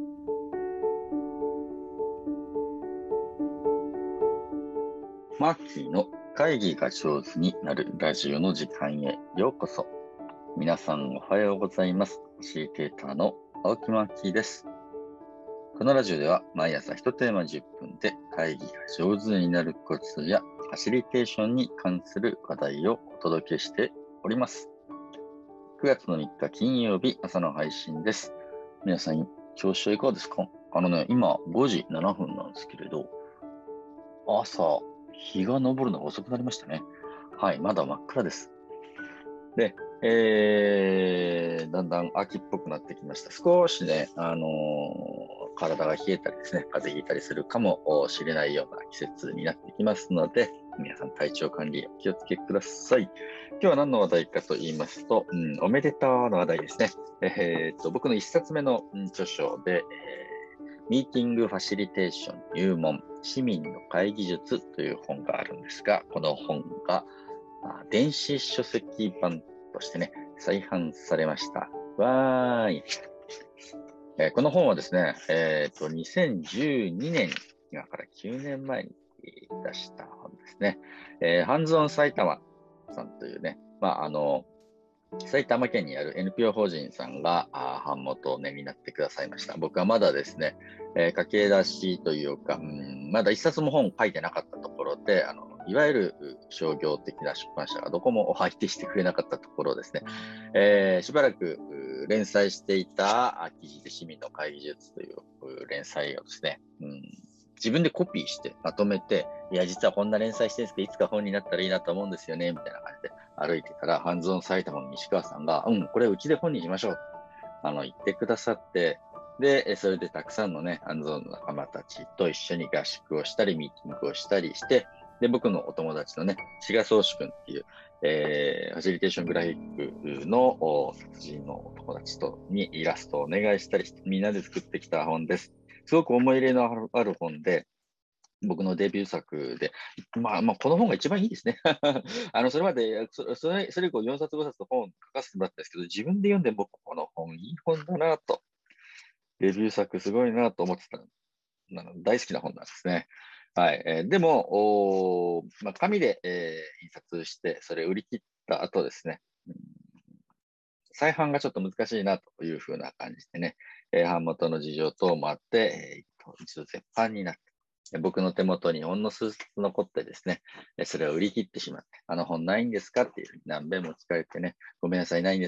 マーキーの会議が上手になるラジオの時間へようこそ。皆さんおはようございます。ファシリテーターの青木マーキーです。このラジオでは毎朝1テーマ10分で会議が上手になるコツやファシリテーションに関する話題をお届けしております。9月の3日金曜日朝の配信です。皆さん調子はいかがですか？今5時7分なんですけれど、朝、日が昇るのが遅くなりましたね。はい、まだ真っ暗です。で、だんだん秋っぽくなってきました。少しね、体が冷えたりですね、風邪ひいたりするかもしれないような季節になってきますので、皆さん体調管理お気をつけください。今日は何の話題かと言いますと、おめでとうの話題ですね。僕の一冊目の著書で、ミーティングファシリテーション入門市民の会議術という本があるんですが、この本が電子書籍版としてね、再販されました。わーい。この本はですね、2012年、今から9年前に出した本ですね。ハンズオン埼玉さんというね、埼玉県にある NPO 法人さんが版元をね、になってくださいました。僕はまだですね、駆け出しというか、まだ一冊も本書いてなかったところで、いわゆる商業的な出版社がどこも相手してくれなかったところですね、しばらく連載していた記事で市民の会議術という連載をですね、自分でコピーしてまとめて、いや、実はこんな連載してるんですけど、いつか本になったらいいなと思うんですよね、みたいな感じで歩いてたら、ハンズオン埼玉の西川さんが、これうちで本にしましょう。言ってくださって、で、それでたくさんのね、ハンズオンの仲間たちと一緒に合宿をしたり、ミーティングをしたりして、で、僕のお友達のね、志賀宗志君っていう、ファシリテーショングラフィックの達人のお友達にイラストをお願いしたりして、みんなで作ってきた本です。すごく思い入れのある本で、僕のデビュー作で、この本が一番いいですね。それまで、それ以降4冊5冊の本を書かせてもらったんですけど、自分で読んで僕この本いい本だなと、デビュー作すごいなと思ってた大好きな本なんですね。はい。でも、紙で、印刷して、それを売り切った後ですね、再販がちょっと難しいなというふうな感じでね、版元の事情等もあって、一度絶版になって、僕の手元にほんの数冊残ってですね、それを売り切ってしまって、本ないんですかっていうふうに何遍も聞かれてね、ごめんなさい、ないんです。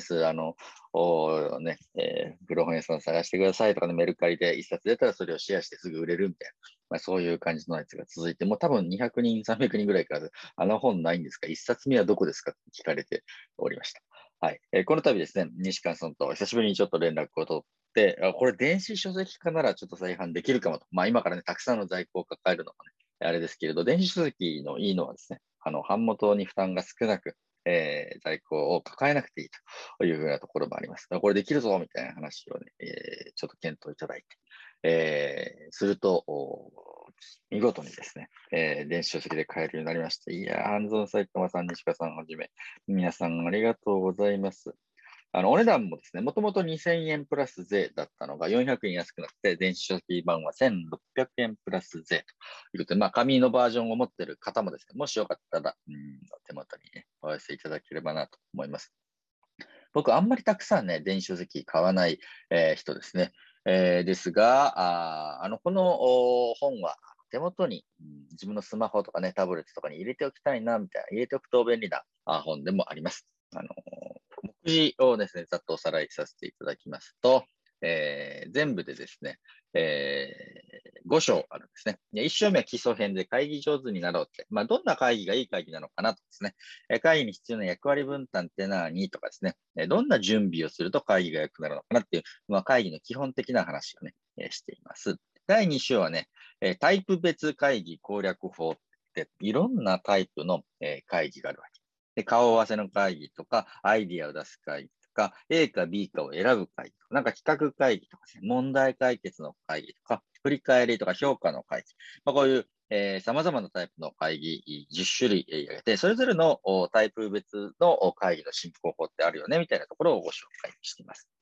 古本屋さん探してくださいとかね、メルカリで一冊出たらそれをシェアしてすぐ売れるみたいな、そういう感じのやつが続いて、もう多分200人、300人ぐらいから、本ないんですか？一冊目はどこですかって聞かれておりました。はい。この度ですね、西川さんと久しぶりにちょっと連絡を取って、これ電子書籍化ならちょっと再販できるかもと。今からね、たくさんの在庫を抱えるのもね、あれですけれど、電子書籍のいいのはですね、版元に負担が少なく、在庫を抱えなくていいというふうなところもあります。これできるぞみたいな話をね、ちょっと検討いただいて、すると、見事にですね、電子書籍で買えるようになりまして、いやー、ハンズオン埼玉さん、西川さんはじめ、皆さんありがとうございます。お値段もですね、もともと2000円プラス税だったのが400円安くなって、電子書籍版は1600円プラス税ということで、紙のバージョンを持っている方もですね、もしよかったら、お手元にね、お寄せいただければなと思います。僕、あんまりたくさんね、電子書籍買わない、人ですね。ですが、この本は手元に、自分のスマホとかね、タブレットとかに入れておきたいな、みたいな、入れておくと便利な本でもあります。目次をですね、ざっとおさらいさせていただきますと、全部でですね、5章あるんですね。1章目は基礎編で会議上手になろうって、どんな会議がいい会議なのかなとですね、会議に必要な役割分担って何とかですね、どんな準備をすると会議が良くなるのかなっていう、会議の基本的な話をね、しています。第2章はね、タイプ別会議攻略法っていろんなタイプの、会議があるわけ。で、顔合わせの会議とか、アイディアを出す会議とか、A か B かを選ぶ会議とか、なんか企画会議とかですね、問題解決の会議とか、振り返りとか評価の会議。こういう、様々なタイプの会議10種類挙げて、それぞれのタイプ別の会議の進行法ってあるよね、みたいなところをご紹介しています。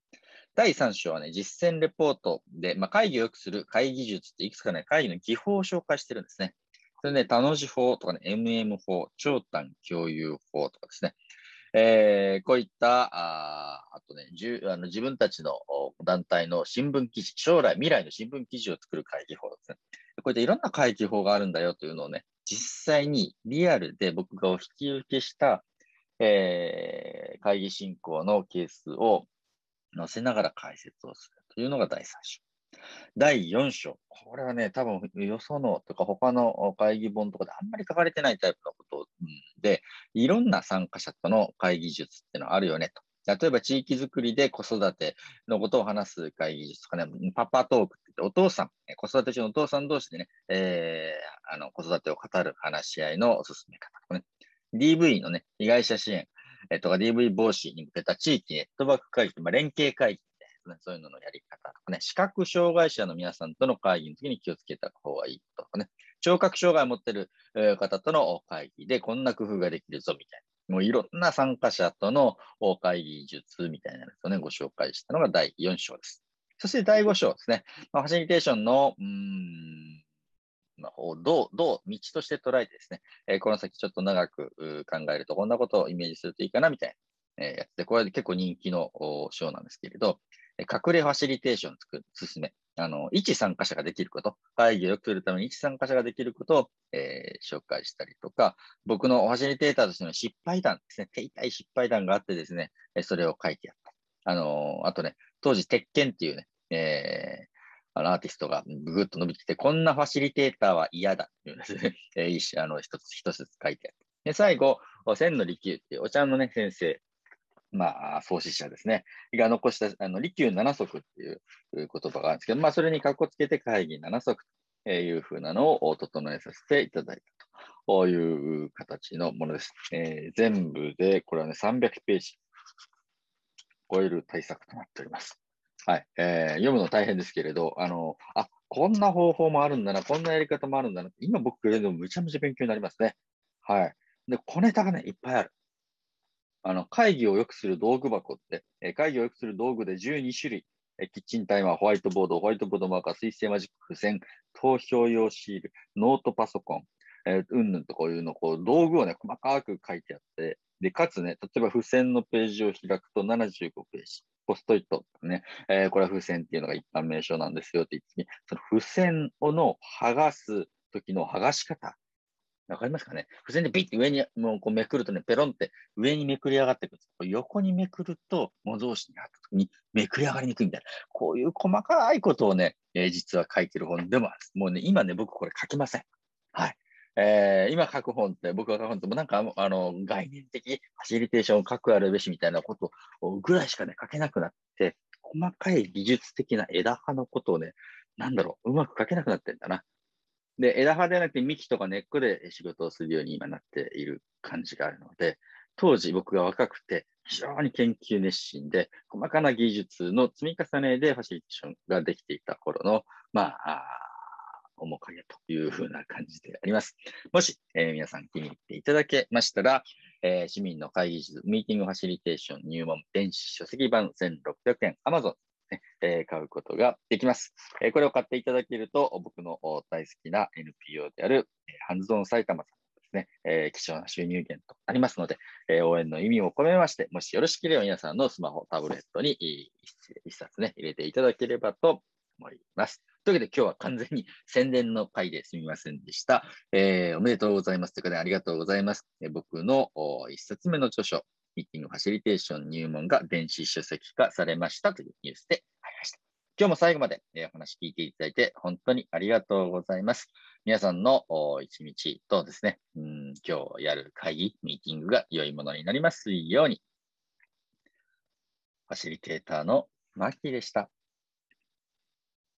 第3章はね、実践レポートで、会議を良くする会議術っていくつかね、会議の技法を紹介してるんですね。それね、多の字法とかね、MM 法、長短共有法とかですね。こういった、あとね、自分たちの団体の新聞記事、未来の新聞記事を作る会議法ですね。こういったいろんな会議法があるんだよというのをね、実際にリアルで僕がお引き受けした、会議進行のケースを載せながら解説をするというのが第3章。第4章。これはね、多分、よそのとか他の会議本とかであんまり書かれてないタイプのことで、いろんな参加者との会議術っていうのはあるよねと。例えば地域づくりで子育てのことを話す会議術とかね、パパトークって言ってお父さん、子育て中のお父さん同士でね、子育てを語る話し合いの進め方とかね、DV のね、被害者支援、とか DV 防止に向けた地域ネットワーク会議、連携会議、そういうののやり方とかね、視覚障害者の皆さんとの会議の時に気をつけた方がいいとかね、聴覚障害を持っている方との会議でこんな工夫ができるぞみたいな、もういろんな参加者との会議術みたいなのをね、ご紹介したのが第4章です。そして第5章ですね、ファシリテーションの、道として捉えてですね、この先ちょっと長く考えると、こんなことをイメージするといいかなみたいな、やつで、これ結構人気の章なんですけれど、隠れファシリテーションを進め、一参加者ができること、会議を良くするために一参加者ができることを、紹介したりとか、僕のファシリテーターとしての失敗談ですね、手痛い失敗談があってですね、それを書いてやった。あとね、当時、鉄拳っていうね、アーティストがぐぐっと伸びてきて、こんなファシリテーターは嫌だっていうですね、一つ一つ書いてある。で、最後、千の利休っていうお茶のね、先生、創始者ですね、が残した、利休七則っていう言葉があるんですけど、それに括弧つけて会議七則というふうなのを整えさせていただいたという形のものです。全部で、これはね、300ページ超える対策となっております。はい。読むの大変ですけれど、こんな方法もあるんだな、こんなやり方もあるんだな。今僕でもむちゃむちゃ勉強になりますね。はい。で、小ネタがね、いっぱいある。会議を良くする道具箱って、会議を良くする道具で12種類。キッチンタイマー、ホワイトボードマーカー、水性マジック、付箋、投票用シール、ノートパソコン、うんぬんとこういうの、道具をね、細かく書いてあって、で、かつね、例えば付箋のページを開くと75ページ。ポストイットね、これは付箋っていうのが一般名称なんですよって言って、その付箋の剥がす時の剥がし方。わかりますかね？付箋でピッて上にもうこうめくるとね、ペロンって上にめくり上がってくるんです。横にめくると、模造紙に貼った時にめくり上がりにくいみたいな。こういう細かいことをね、実は書いてる本でもあるんです。もうね、今ね、僕これ書きません。はい。今書く本って、僕が書く本って、もうなんか、概念的ファシリテーションを書くあるべしみたいなことぐらいしかね、書けなくなって、細かい技術的な枝葉のことをね、うまく書けなくなってんだな。で、枝葉ではなくて幹とか根っこで仕事をするように今なっている感じがあるので、当時僕が若くて非常に研究熱心で、細かな技術の積み重ねでファシリテーションができていた頃の、面影というふうな感じであります。もし、皆さん気に入っていただけましたら、市民の会議術、ミーティングファシリテーション入門、電子書籍版1600円、Amazon、買うことができます。これを買っていただけると、僕の大好きな NPO である、ハンズオン埼玉さんですね、貴重な収入源となりますので、応援の意味を込めまして、もしよろしければ皆さんのスマホ、タブレットに一冊ね、入れていただければと思います。というわけで今日は完全に宣伝の回ですみませんでした。おめでとうございます。ということでありがとうございます。僕の一冊目の著書、ミーティングファシリテーション入門が電子書籍化されましたというニュースでありました。今日も最後までお話聞いていただいて本当にありがとうございます。皆さんの一日とですね、今日やる会議、ミーティングが良いものになりますように。ファシリテーターのマッキーでした。